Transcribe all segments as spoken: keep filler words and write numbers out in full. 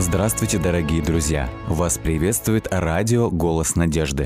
Здравствуйте, дорогие друзья! Вас приветствует радио «Голос надежды».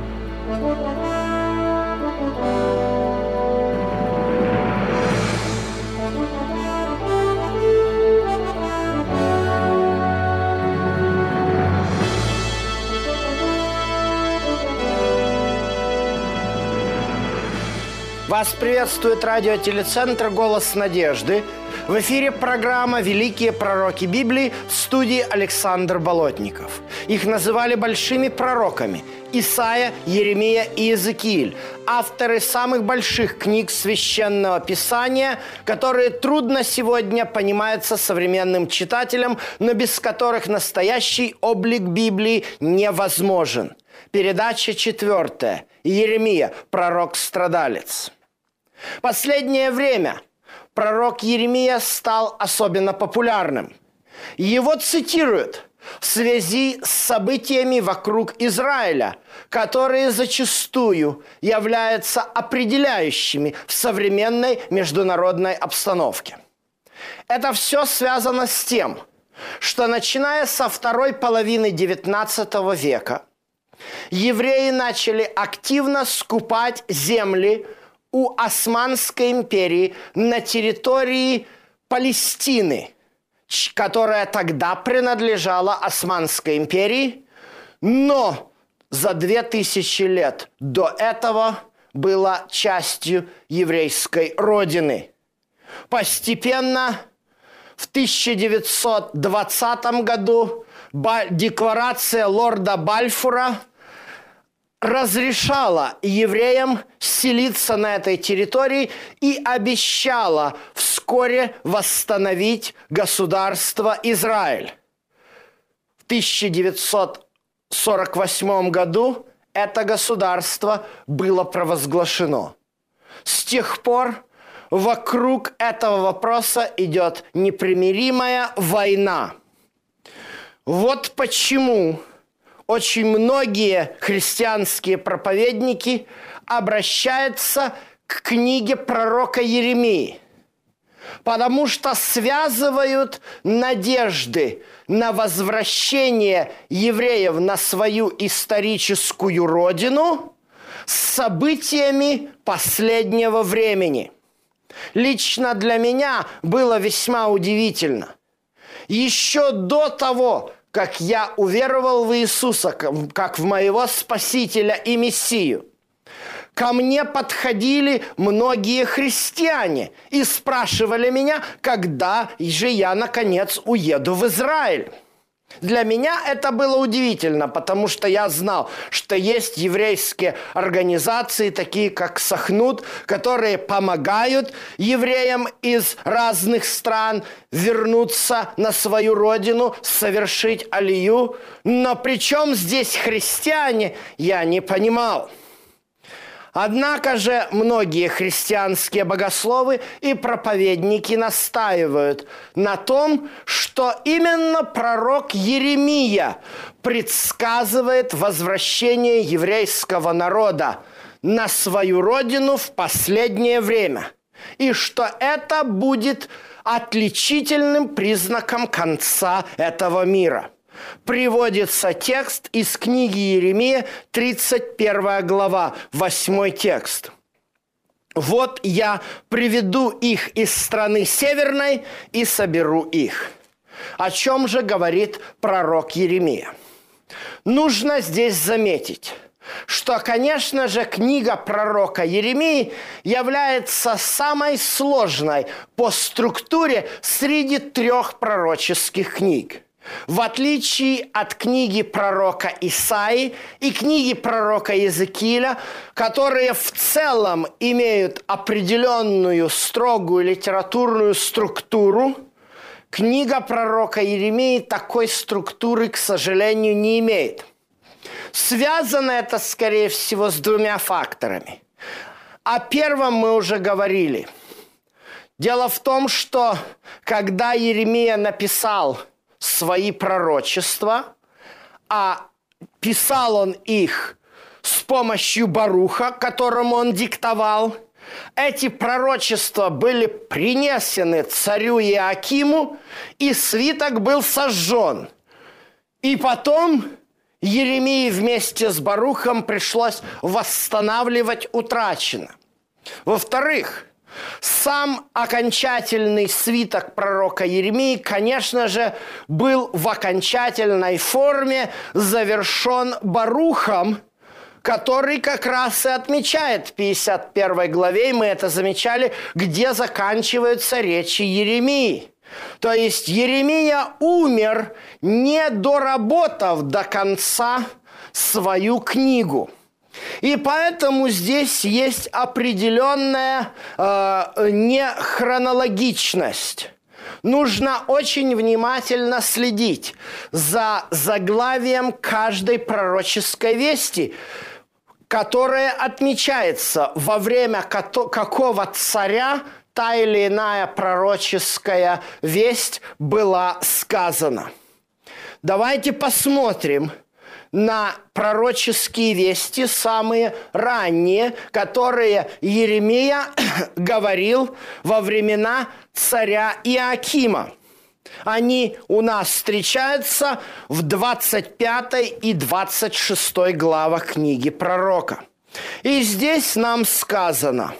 Вас приветствует радиотелецентр «Голос надежды». В эфире программа «Великие пророки Библии», в студии Александр Болотников. Их называли большими пророками – Исаия, Еремия и Иезекииль, авторы самых больших книг Священного Писания, которые трудно сегодня понимаются современным читателям, но без которых настоящий облик Библии невозможен. Передача четвертая. Еремия, пророк-страдалец. Последнее время пророк Еремия стал особенно популярным. Его цитируют в связи с событиями вокруг Израиля, которые зачастую являются определяющими в современной международной обстановке. Это все связано с тем, что начиная со второй половины девятнадцатого века евреи начали активно скупать земли у Османской империи на территории Палестины, которая тогда принадлежала Османской империи, но за две тысячи лет до этого была частью еврейской родины. Постепенно в тысяча девятьсот двадцатом году декларация лорда Бальфура разрешала евреям селиться на этой территории и обещала вскоре восстановить государство Израиль. В тысяча девятьсот сорок восьмом году это государство было провозглашено. С тех пор вокруг этого вопроса идет непримиримая война. Вот почему очень многие христианские проповедники обращаются к книге пророка Еремии, потому что связывают надежды на возвращение евреев на свою историческую родину с событиями последнего времени. Лично для меня было весьма удивительно. Еще до того, как я уверовал в Иисуса, как в моего Спасителя и Мессию, ко мне подходили многие христиане и спрашивали меня, когда же я, наконец, уеду в Израиль. Для меня это было удивительно, потому что я знал, что есть еврейские организации, такие как Сахнут, которые помогают евреям из разных стран вернуться на свою родину, совершить алию. Но при чем здесь христиане, я не понимал. Однако же многие христианские богословы и проповедники настаивают на том, что именно пророк Еремия предсказывает возвращение еврейского народа на свою родину в последнее время, и что это будет отличительным признаком конца этого мира. Приводится текст из книги Еремия, тридцать первая глава, восьмой текст. «Вот я приведу их из страны северной и соберу их». О чем же говорит пророк Еремия? Нужно здесь заметить, что, конечно же, книга пророка Еремии является самой сложной по структуре среди трех пророческих книг. В отличие от книги пророка Исаии и книги пророка Иезекииля, которые в целом имеют определенную строгую литературную структуру, книга пророка Еремии такой структуры, к сожалению, не имеет. Связано это, скорее всего, с двумя факторами. О первом мы уже говорили. Дело в том, что когда Еремия написал свои пророчества, а писал он их с помощью Баруха, которому он диктовал, эти пророчества были принесены царю Иоакиму, и свиток был сожжен. И потом Иеремии вместе с Барухом пришлось восстанавливать утраченное. Во-вторых, сам окончательный свиток пророка Иеремии, конечно же, был в окончательной форме завершен Барухом, который как раз и отмечает в пятьдесят первой главе, и мы это замечали, где заканчиваются речи Иеремии. То есть Иеремия умер, не доработав до конца свою книгу. И поэтому здесь есть определенная э, нехронологичность. Нужно очень внимательно следить за заглавием каждой пророческой вести, которая отмечается во время какого царя та или иная пророческая весть была сказана. Давайте посмотрим на пророческие вести, самые ранние, которые Иеремия говорил во времена царя Иоакима. Они у нас встречаются в двадцать пятой и двадцать шестой главах книги пророка. И здесь нам сказано: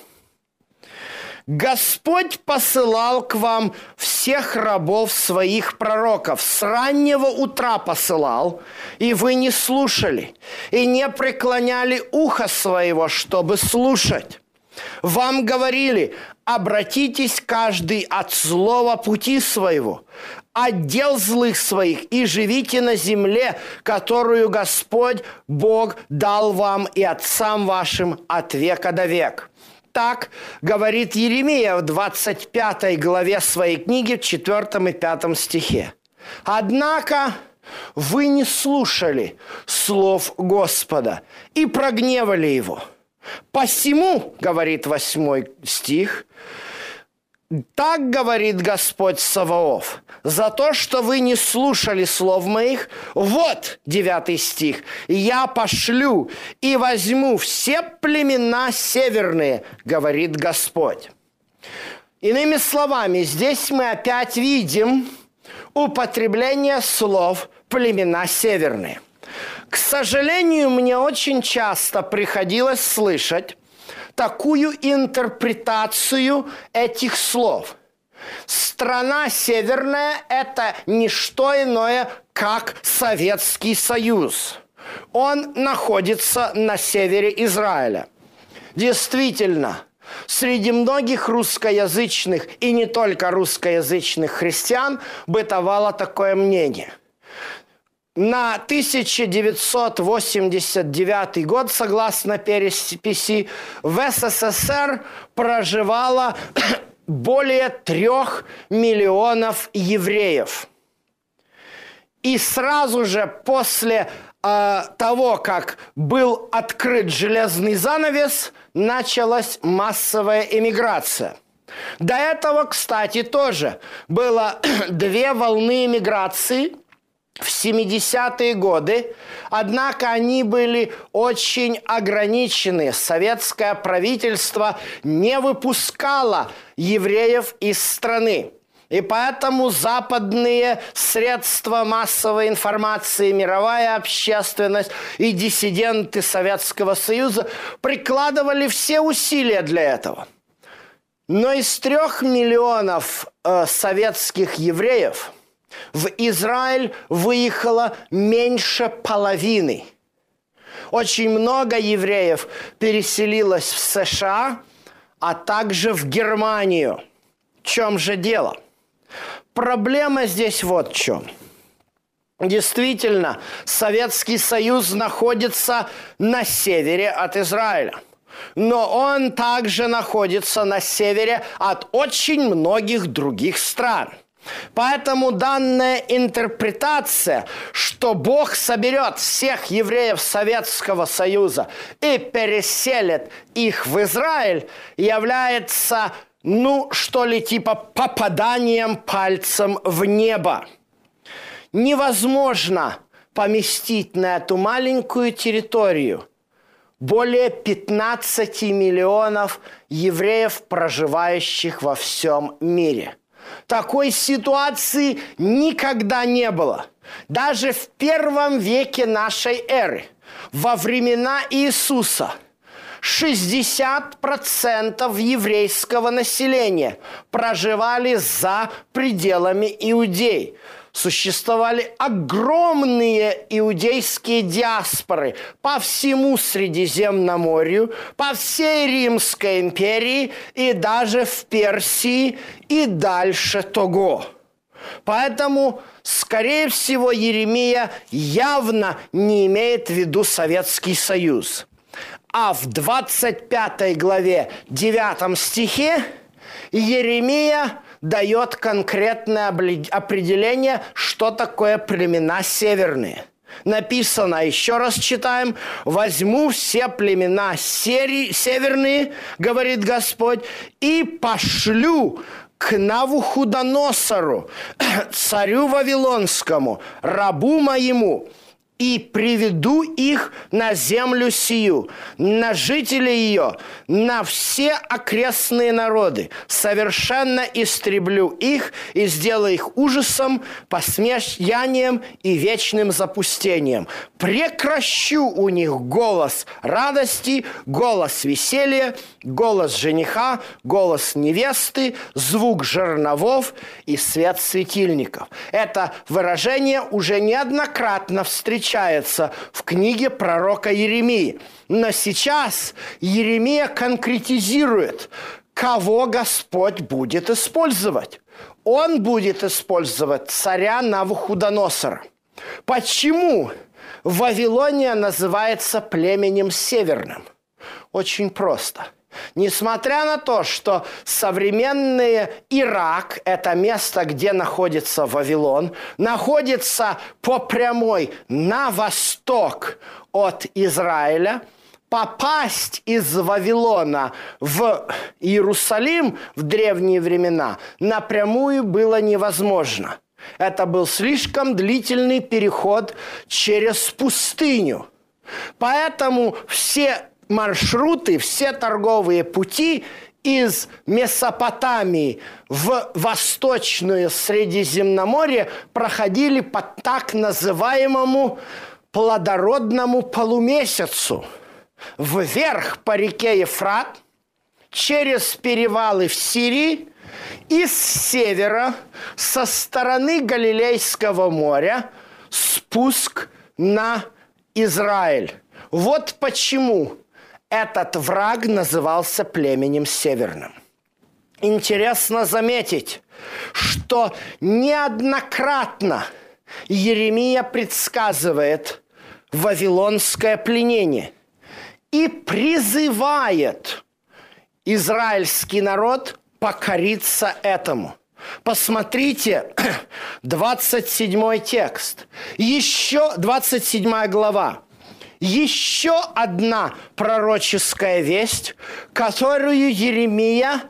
«Господь посылал к вам всех рабов своих пророков, с раннего утра посылал, и вы не слушали, и не преклоняли ухо своего, чтобы слушать. Вам говорили: обратитесь каждый от злого пути своего, от дел злых своих, и живите на земле, которую Господь Бог дал вам и отцам вашим от века до века». Так говорит Иеремия в двадцать пятой главе своей книги, в четвёртом и пятом стихе. «Однако вы не слушали слов Господа и прогневали его. Посему, — говорит восьмой стих, — так говорит Господь Саваоф: за то, что вы не слушали слов моих, вот, девятый стих, я пошлю и возьму все племена северные, говорит Господь». Иными словами, здесь мы опять видим употребление слов «племена северные». К сожалению, мне очень часто приходилось слышать такую интерпретацию этих слов. Страна северная – это не что иное, как Советский Союз. Он находится на севере Израиля. Действительно, среди многих русскоязычных и не только русскоязычных христиан бытовало такое мнение. На тысяча девятьсот восемьдесят девятый год, согласно переписи, в СССР проживало более трех миллионов евреев. И сразу же после э, того, как был открыт железный занавес, началась массовая эмиграция. До этого, кстати, тоже было две волны эмиграции в семидесятые годы, однако они были очень ограничены. Советское правительство не выпускало евреев из страны. И поэтому западные средства массовой информации, мировая общественность и диссиденты Советского Союза прикладывали все усилия для этого. Но из трех миллионов э, советских евреев в Израиль выехало меньше половины. Очень много евреев переселилось в США, а также в Германию. В чем же дело? Проблема здесь вот в чем. Действительно, Советский Союз находится на севере от Израиля. Но он также находится на севере от очень многих других стран. Поэтому данная интерпретация, что Бог соберет всех евреев Советского Союза и переселит их в Израиль, является, ну, что ли, типа попаданием пальцем в небо. Невозможно поместить на эту маленькую территорию более пятнадцати миллионов евреев, проживающих во всем мире. Такой ситуации никогда не было. Даже в первом веке нашей эры, во времена Иисуса, шестьдесят процентов еврейского населения проживали за пределами Иудеи. Существовали огромные иудейские диаспоры по всему Средиземноморью, по всей Римской империи и даже в Персии и дальше того. Поэтому, скорее всего, Иеремия явно не имеет в виду Советский Союз. А в двадцать пятой главе девятом стихе Иеремия дает конкретное определение, что такое племена северные. Написано, еще раз читаем: «Возьму все племена сери, северные, говорит Господь, и пошлю к Навуходоносору, царю Вавилонскому, рабу моему, и приведу их на землю сию, на жителей ее, на все окрестные народы. Совершенно истреблю их и сделаю их ужасом, посмеянием и вечным запустением. Прекращу у них голос радости, голос веселья, голос жениха, голос невесты, звук жерновов и свет светильников». Это выражение уже неоднократно встречается в книге пророка Иеремии. Но сейчас Иеремия конкретизирует, кого Господь будет использовать. Он будет использовать царя Навуходоносора. Почему Вавилония называется племенем северным? Очень просто. Несмотря на то, что современный Ирак, это место, где находится Вавилон, находится по прямой на восток от Израиля, попасть из Вавилона в Иерусалим в древние времена напрямую было невозможно. Это был слишком длительный переход через пустыню. Поэтому все маршруты, все торговые пути из Месопотамии в Восточное Средиземноморье проходили по так называемому плодородному полумесяцу. Вверх по реке Ефрат, через перевалы в Сирии и с севера, со стороны Галилейского моря, спуск на Израиль. Вот почему этот враг назывался племенем северным. Интересно заметить, что неоднократно Иеремия предсказывает вавилонское пленение и призывает израильский народ покориться этому. Посмотрите, двадцать седьмой текст, еще двадцать седьмая глава. Еще одна пророческая весть, которую Иеремия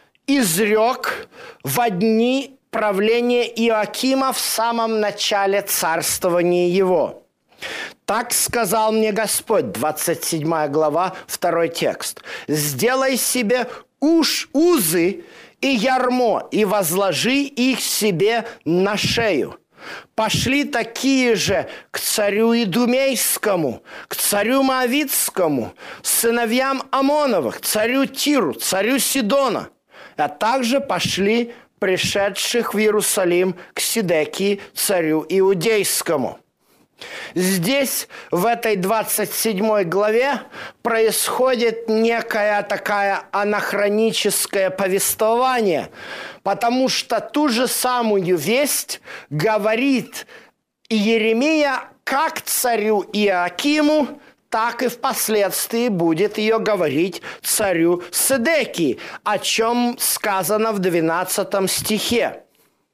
изрек в дни правления Иоакима в самом начале царствования его. «Так сказал мне Господь», двадцать седьмая глава, второй текст, «сделай себе уж узы и ярмо, и возложи их себе на шею. Пошли такие же к царю Идумейскому, к царю Моавитскому, сыновьям Амоновых, царю Тиру, царю Сидона, а также пошли пришедших в Иерусалим к Сидекии, царю Иудейскому». Здесь, в этой двадцать седьмой главе, происходит некое такое анахроническое повествование, потому что ту же самую весть говорит Иеремия как царю Иоакиму, так и впоследствии будет ее говорить царю Седекии, о чем сказано в двенадцатом стихе.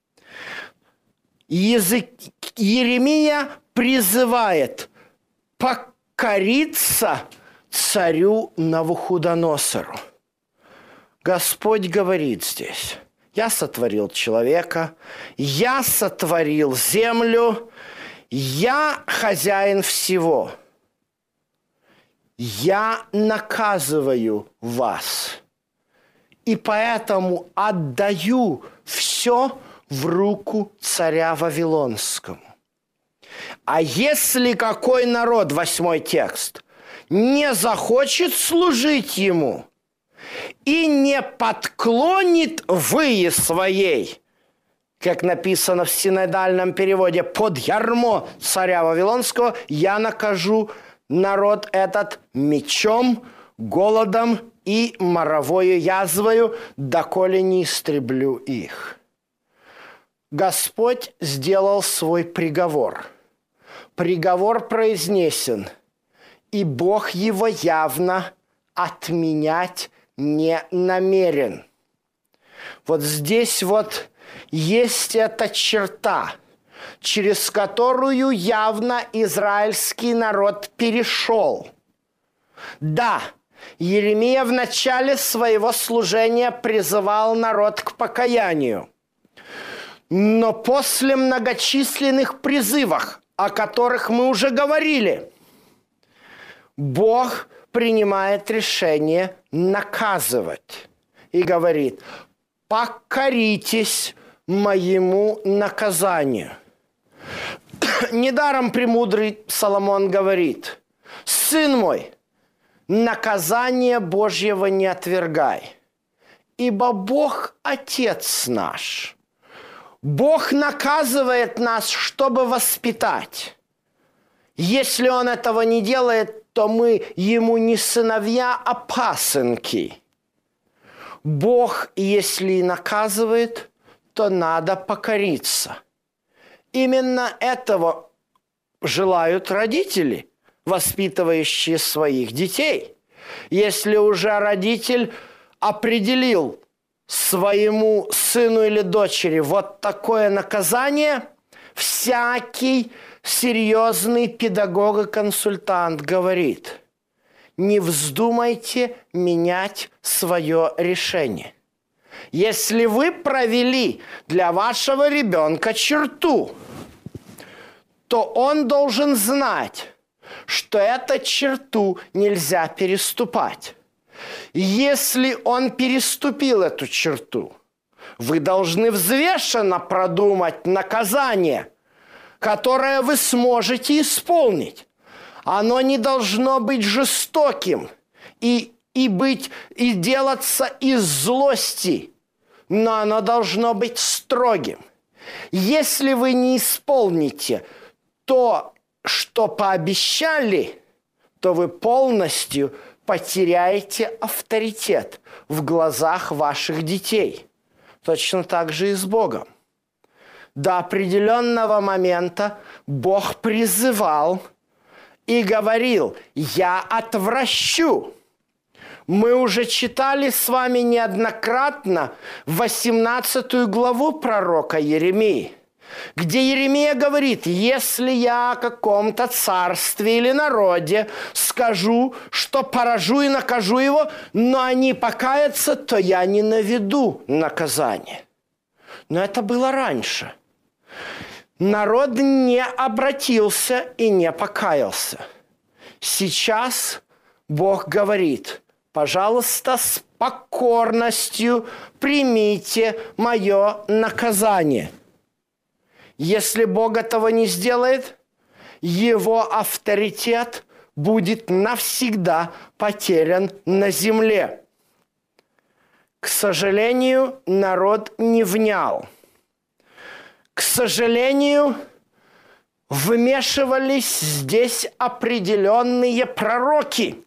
Язык Иеремия призывает покориться царю Навуходоносору. Господь говорит здесь: «Я сотворил человека, я сотворил землю, я хозяин всего. Я наказываю вас, и поэтому отдаю все в руку царя Вавилонскому». А если какой народ, восьмой текст, не захочет служить ему и не подклонит выи своей, как написано в синодальном переводе, под ярмо царя Вавилонского, я накажу народ этот мечом, голодом и моровою язвою, доколе не истреблю их. Господь сделал свой приговор. Приговор произнесен, и Бог его явно отменять не намерен. Вот здесь вот есть эта черта, через которую явно израильский народ перешел. Да, Иеремия в начале своего служения призывал народ к покаянию. Но после многочисленных призывов, о которых мы уже говорили, Бог принимает решение наказывать и говорит: покоритесь моему наказанию. Недаром премудрый Соломон говорит: сын мой, наказание Божьего не отвергай, ибо Бог Отец наш. Бог наказывает нас, чтобы воспитать. Если Он этого не делает, то мы Ему не сыновья, а пасынки. Бог, если и наказывает, то надо покориться. Именно этого желают родители, воспитывающие своих детей. Если уже родитель определил своему сыну или дочери вот такое наказание, всякий серьезный педагог и консультант говорит: не вздумайте менять свое решение. Если вы провели для вашего ребенка черту, то он должен знать, что эту черту нельзя переступать. Если он переступил эту черту, вы должны взвешенно продумать наказание, которое вы сможете исполнить. Оно не должно быть жестоким и, и, быть, и делаться из злости, но оно должно быть строгим. Если вы не исполните то, что пообещали, то вы полностью потеряете авторитет в глазах ваших детей. Точно так же и с Богом. До определенного момента Бог призывал и говорил: «Я отвращу». Мы уже читали с вами неоднократно восемнадцатую главу пророка Иеремии, где Иеремия говорит: если я о каком-то царстве или народе скажу, что поражу и накажу его, но они покаятся, то я не наведу наказание. Но это было раньше. Народ не обратился и не покаялся. Сейчас Бог говорит: пожалуйста, с покорностью примите мое наказание. Если Бог этого не сделает, его авторитет будет навсегда потерян на земле. К сожалению, народ не внял. К сожалению, вмешивались здесь определенные пророки.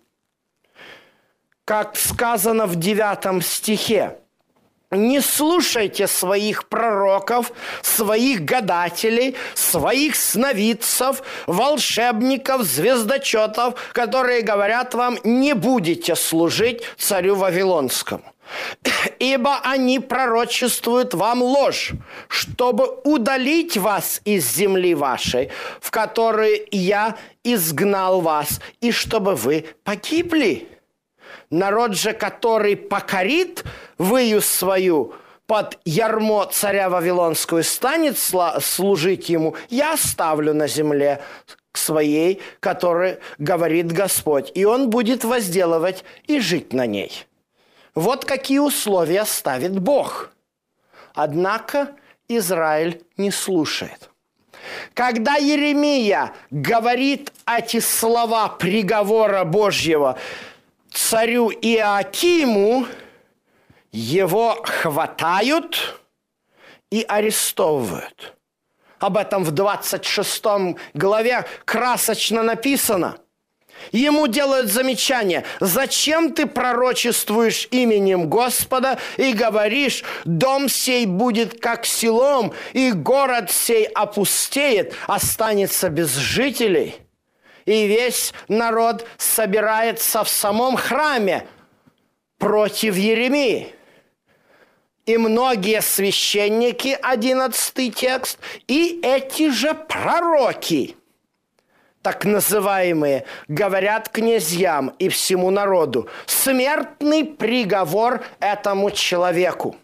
Как сказано в девятом стихе: «Не слушайте своих пророков, своих гадателей, своих сновидцев, волшебников, звездочетов, которые говорят вам: не будете служить царю Вавилонскому. Ибо они пророчествуют вам ложь, чтобы удалить вас из земли вашей, в которой я изгнал вас, и чтобы вы погибли. Народ же, который покорит выю свою под ярмо царя Вавилонского и станет служить ему, я оставлю на земле своей, которой говорит Господь, и он будет возделывать и жить на ней». Вот какие условия ставит Бог. Однако Израиль не слушает. Когда Иеремия говорит эти слова приговора Божьего царю Иоакиму, его хватают и арестовывают. Об этом в двадцать шестой главе красочно написано. Ему делают замечание: «Зачем ты пророчествуешь именем Господа и говоришь, дом сей будет как селом, и город сей опустеет, останется без жителей?» И весь народ собирается в самом храме против Иеремии. И многие священники, одиннадцатый текст, и эти же пророки, так называемые, говорят князьям и всему народу: смертный приговор этому человеку.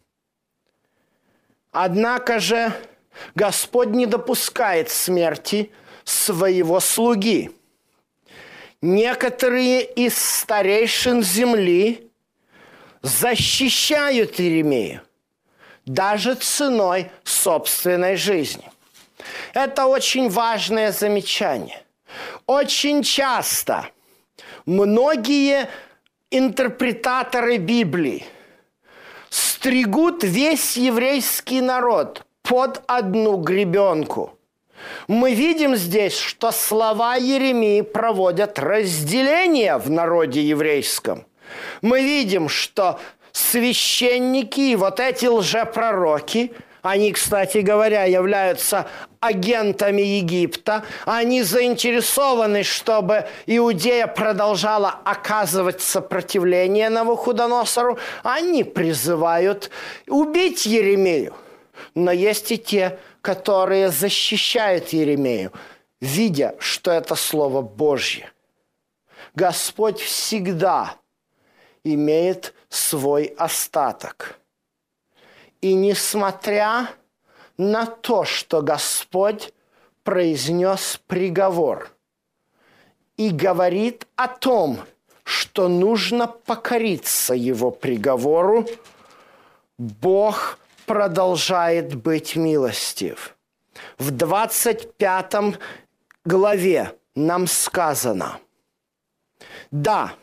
Однако же Господь не допускает смерти своего слуги. Некоторые из старейшин земли защищают Иеремию даже ценой собственной жизни. Это очень важное замечание. Очень часто многие интерпретаторы Библии стригут весь еврейский народ под одну гребенку. Мы видим здесь, что слова Иеремии проводят разделение в народе еврейском. Мы видим, что священники и вот эти лжепророки, они, кстати говоря, являются агентами Египта, они заинтересованы, чтобы Иудея продолжала оказывать сопротивление Навуходоносору, они призывают убить Иеремию. Но есть и те, которые защищают Иеремию, видя, что это Слово Божье. Господь всегда имеет свой остаток. И несмотря на то, что Господь произнес приговор и говорит о том, что нужно покориться Его приговору, Бог продолжает быть милостив. В двадцать пятой главе нам сказано: «Да,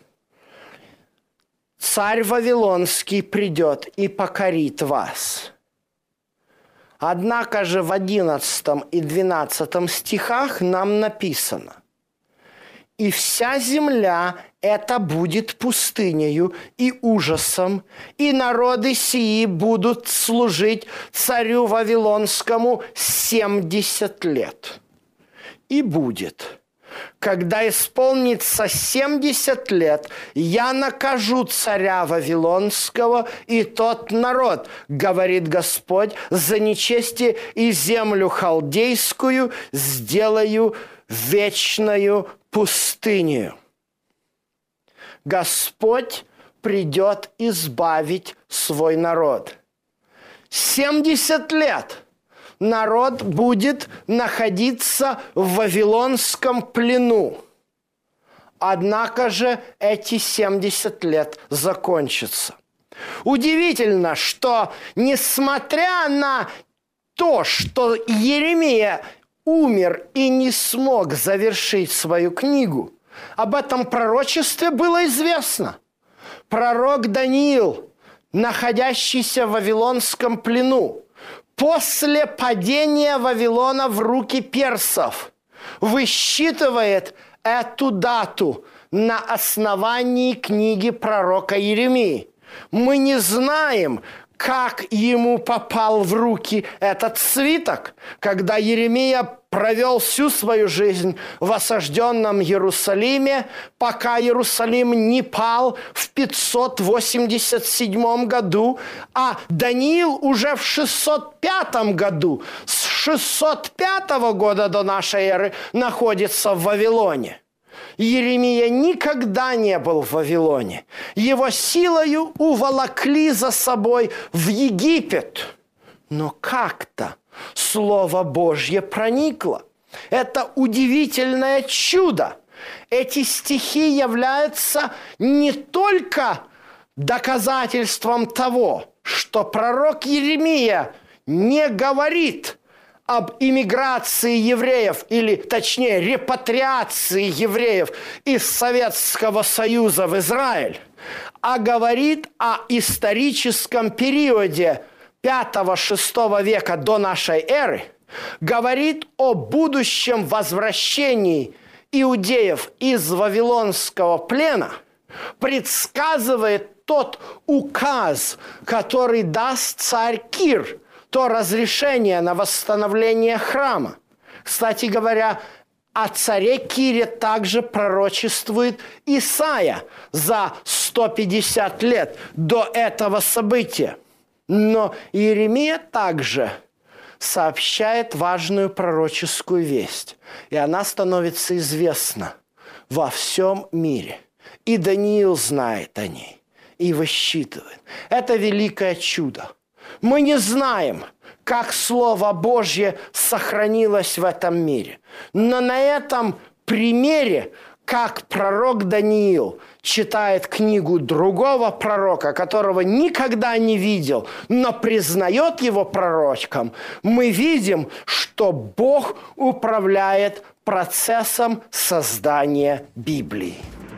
царь Вавилонский придет и покорит вас». Однако же в одиннадцатом и двенадцатом стихах нам написано: «И вся земля эта будет пустынею и ужасом, и народы сии будут служить царю Вавилонскому семьдесят лет. И будет, когда исполнится семьдесят лет, я накажу царя Вавилонского и тот народ, говорит Господь, за нечестие, и землю халдейскую сделаю вечною пустынею». Господь придет избавить свой народ. семьдесят лет народ будет находиться в вавилонском плену. Однако же эти семьдесят лет закончатся. Удивительно, что несмотря на то, что Иеремия умер и не смог завершить свою книгу, об этом пророчестве было известно. Пророк Даниил, находящийся в вавилонском плену, после падения Вавилона в руки персов, высчитывает эту дату на основании книги пророка Иеремии. Мы не знаем, как ему попал в руки этот свиток, когда Иеремия провел всю свою жизнь в осажденном Иерусалиме, пока Иерусалим не пал в пятьсот восемьдесят седьмом году, а Даниил уже в шестьсот пятом году, с шестьсот пятого года до нашей эры, находится в Вавилоне. Иеремия никогда не был в Вавилоне. Его силою уволокли за собой в Египет. Но как-то Слово Божье проникло. Это удивительное чудо. Эти стихи являются не только доказательством того, что пророк Иеремия не говорит об иммиграции евреев, или точнее репатриации евреев из Советского Союза в Израиль, а говорит о историческом периоде пятого-шестого века до нашей эры, говорит о будущем возвращении иудеев из Вавилонского плена, предсказывает тот указ, который даст царь Кир, то разрешение на восстановление храма. Кстати говоря, о царе Кире также пророчествует Исаия за сто пятьдесят лет до этого события. Но Иеремия также сообщает важную пророческую весть, и она становится известна во всем мире. И Даниил знает о ней и высчитывает. Это великое чудо. Мы не знаем, как Слово Божье сохранилось в этом мире. Но на этом примере, как пророк Даниил читает книгу другого пророка, которого никогда не видел, но признает его пророком, мы видим, что Бог управляет процессом создания Библии.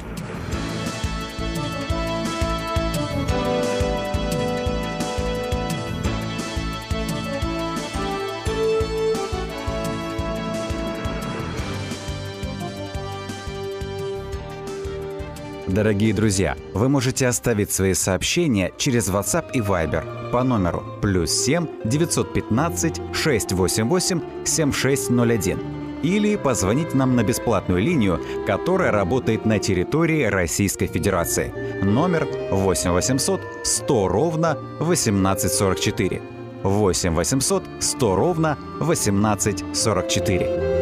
Дорогие друзья, вы можете оставить свои сообщения через WhatsApp и Viber по номеру плюс семь девятьсот пятнадцать шестьсот восемьдесят восемь семьдесят шесть ноль один или позвонить нам на бесплатную линию, которая работает на территории Российской Федерации. Номер восемь восемьсот сто ровно восемнадцать сорок четыре. восемь восемьсот сто ровно восемнадцать сорок четыре.